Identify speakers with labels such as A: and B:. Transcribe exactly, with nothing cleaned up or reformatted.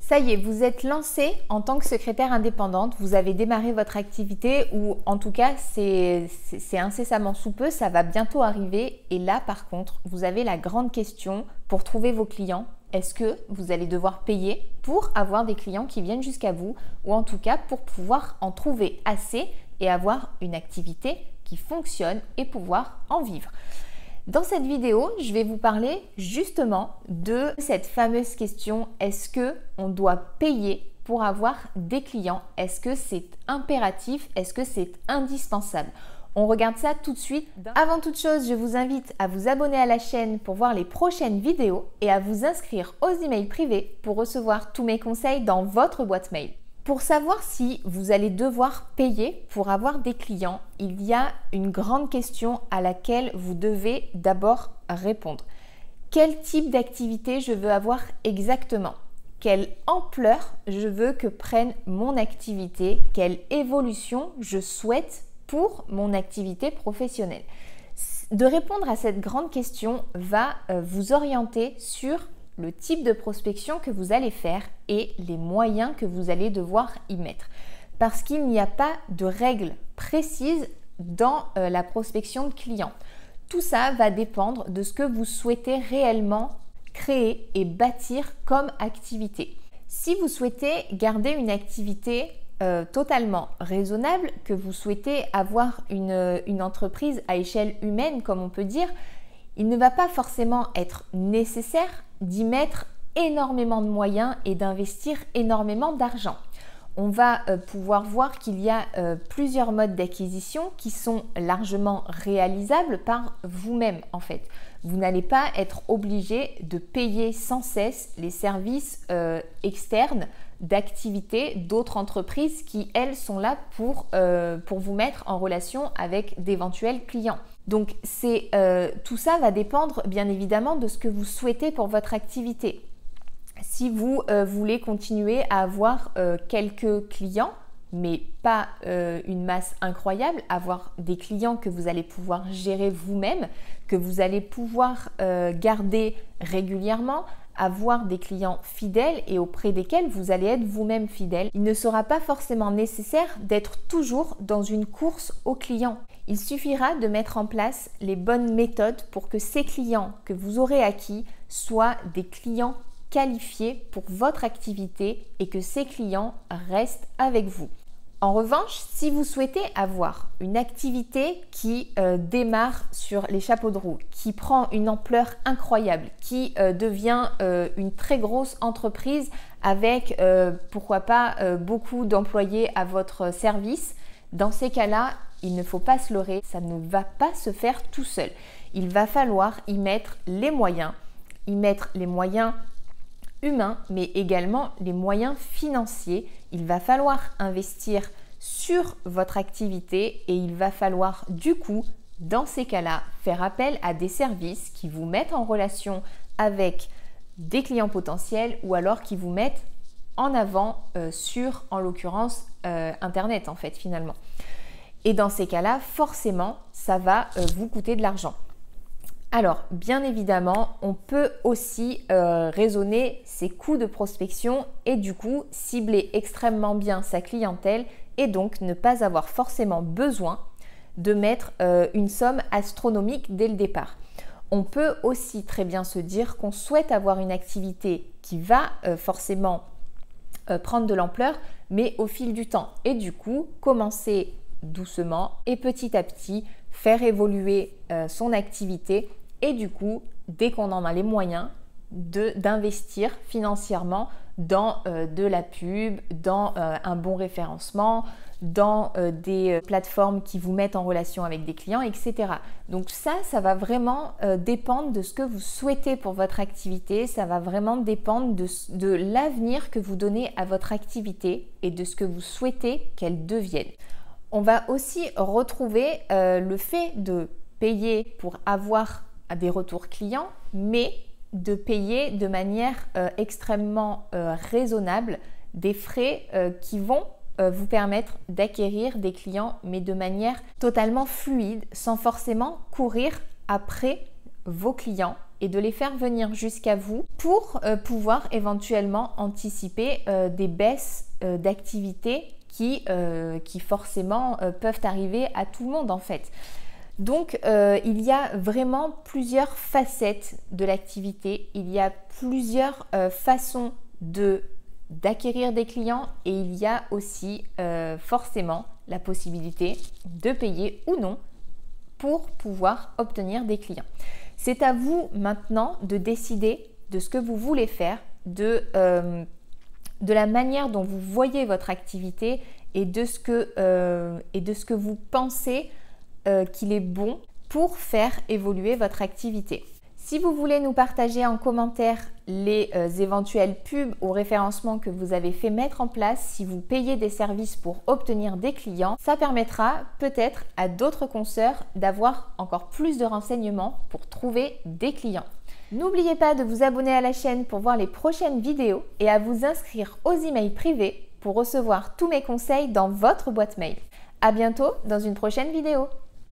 A: Ça y est, vous êtes lancé en tant que secrétaire indépendante, vous avez démarré votre activité ou en tout cas c'est incessamment sous peu, ça va bientôt arriver et là par contre vous avez la grande question pour trouver vos clients. Est-ce que vous allez devoir payer pour avoir des clients qui viennent jusqu'à vous ou en tout cas pour pouvoir en trouver assez et avoir une activité qui fonctionne et pouvoir en vivre? Dans cette vidéo, je vais vous parler justement de cette fameuse question, est-ce que on doit payer pour avoir des clients? Est-ce que c'est impératif? Est-ce que c'est indispensable? On regarde ça tout de suite. Avant toute chose, je vous invite à vous abonner à la chaîne pour voir les prochaines vidéos et à vous inscrire aux emails privés pour recevoir tous mes conseils dans votre boîte mail. Pour savoir si vous allez devoir payer pour avoir des clients, il y a une grande question à laquelle vous devez d'abord répondre. Quel type d'activité je veux avoir exactement? Quelle ampleur je veux que prenne mon activité? Quelle évolution je souhaite pour mon activité professionnelle? De répondre à cette grande question va vous orienter sur le type de prospection que vous allez faire et les moyens que vous allez devoir y mettre. Parce qu'il n'y a pas de règles précises dans euh, la prospection de clients. Tout ça va dépendre de ce que vous souhaitez réellement créer et bâtir comme activité. Si vous souhaitez garder une activité euh, totalement raisonnable, que vous souhaitez avoir une, une entreprise à échelle humaine, comme on peut dire, il ne va pas forcément être nécessaire d'y mettre énormément de moyens et d'investir énormément d'argent. On va euh, pouvoir voir qu'il y a euh, plusieurs modes d'acquisition qui sont largement réalisables par vous-même en fait. Vous n'allez pas être obligé de payer sans cesse les services euh, externes d'activités d'autres entreprises qui, elles, sont là pour, euh, pour vous mettre en relation avec d'éventuels clients. Donc, c'est, euh, tout ça va dépendre bien évidemment de ce que vous souhaitez pour votre activité. Si vous euh, voulez continuer à avoir euh, quelques clients, mais pas euh, une masse incroyable, avoir des clients que vous allez pouvoir gérer vous-même, que vous allez pouvoir euh, garder régulièrement, avoir des clients fidèles et auprès desquels vous allez être vous-même fidèle. Il ne sera pas forcément nécessaire d'être toujours dans une course aux clients. Il suffira de mettre en place les bonnes méthodes pour que ces clients que vous aurez acquis soient des clients qualifiés pour votre activité et que ces clients restent avec vous. En revanche, si vous souhaitez avoir une activité qui euh, démarre sur les chapeaux de roue, qui prend une ampleur incroyable, qui euh, devient euh, une très grosse entreprise avec, euh, pourquoi pas, euh, beaucoup d'employés à votre service, dans ces cas-là, il ne faut pas se leurrer, ça ne va pas se faire tout seul. Il va falloir y mettre les moyens, y mettre les moyens humains, mais également les moyens financiers. Il va falloir investir sur votre activité et il va falloir du coup, dans ces cas-là, faire appel à des services qui vous mettent en relation avec des clients potentiels ou alors qui vous mettent en avant euh, sur, en l'occurrence, euh, Internet en fait finalement. Et dans ces cas-là, forcément, ça va euh, vous coûter de l'argent. Alors, bien évidemment, on peut aussi euh, raisonner ses coûts de prospection et du coup cibler extrêmement bien sa clientèle et donc ne pas avoir forcément besoin de mettre euh, une somme astronomique dès le départ. On peut aussi très bien se dire qu'on souhaite avoir une activité qui va euh, forcément euh, prendre de l'ampleur, mais au fil du temps. Et du coup, commencer doucement et petit à petit, faire évoluer euh, son activité et du coup, dès qu'on en a les moyens, d'investir financièrement dans euh, de la pub, dans euh, un bon référencement, dans euh, des plateformes qui vous mettent en relation avec des clients, et cetera. Donc ça, ça va vraiment euh, dépendre de ce que vous souhaitez pour votre activité, ça va vraiment dépendre de, de l'avenir que vous donnez à votre activité et de ce que vous souhaitez qu'elle devienne. On va aussi retrouver euh, le fait de payer pour avoir des retours clients, mais de payer de manière euh, extrêmement euh, raisonnable des frais euh, qui vont euh, vous permettre d'acquérir des clients, mais de manière totalement fluide, sans forcément courir après vos clients et de les faire venir jusqu'à vous pour euh, pouvoir éventuellement anticiper euh, des baisses euh, d'activité qui, euh, qui forcément euh, peuvent arriver à tout le monde en fait. Donc euh, il y a vraiment plusieurs facettes de l'activité, il y a plusieurs euh, façons de, d'acquérir des clients et il y a aussi euh, forcément la possibilité de payer ou non pour pouvoir obtenir des clients. C'est à vous maintenant de décider de ce que vous voulez faire, de, euh, de la manière dont vous voyez votre activité et de ce que, euh, et de ce que vous pensez Euh, qu'il est bon pour faire évoluer votre activité. Si vous voulez nous partager en commentaire les euh, éventuels pubs ou référencements que vous avez fait mettre en place, si vous payez des services pour obtenir des clients, ça permettra peut-être à d'autres consoeurs d'avoir encore plus de renseignements pour trouver des clients. N'oubliez pas de vous abonner à la chaîne pour voir les prochaines vidéos et à vous inscrire aux emails privés pour recevoir tous mes conseils dans votre boîte mail. À bientôt dans une prochaine vidéo.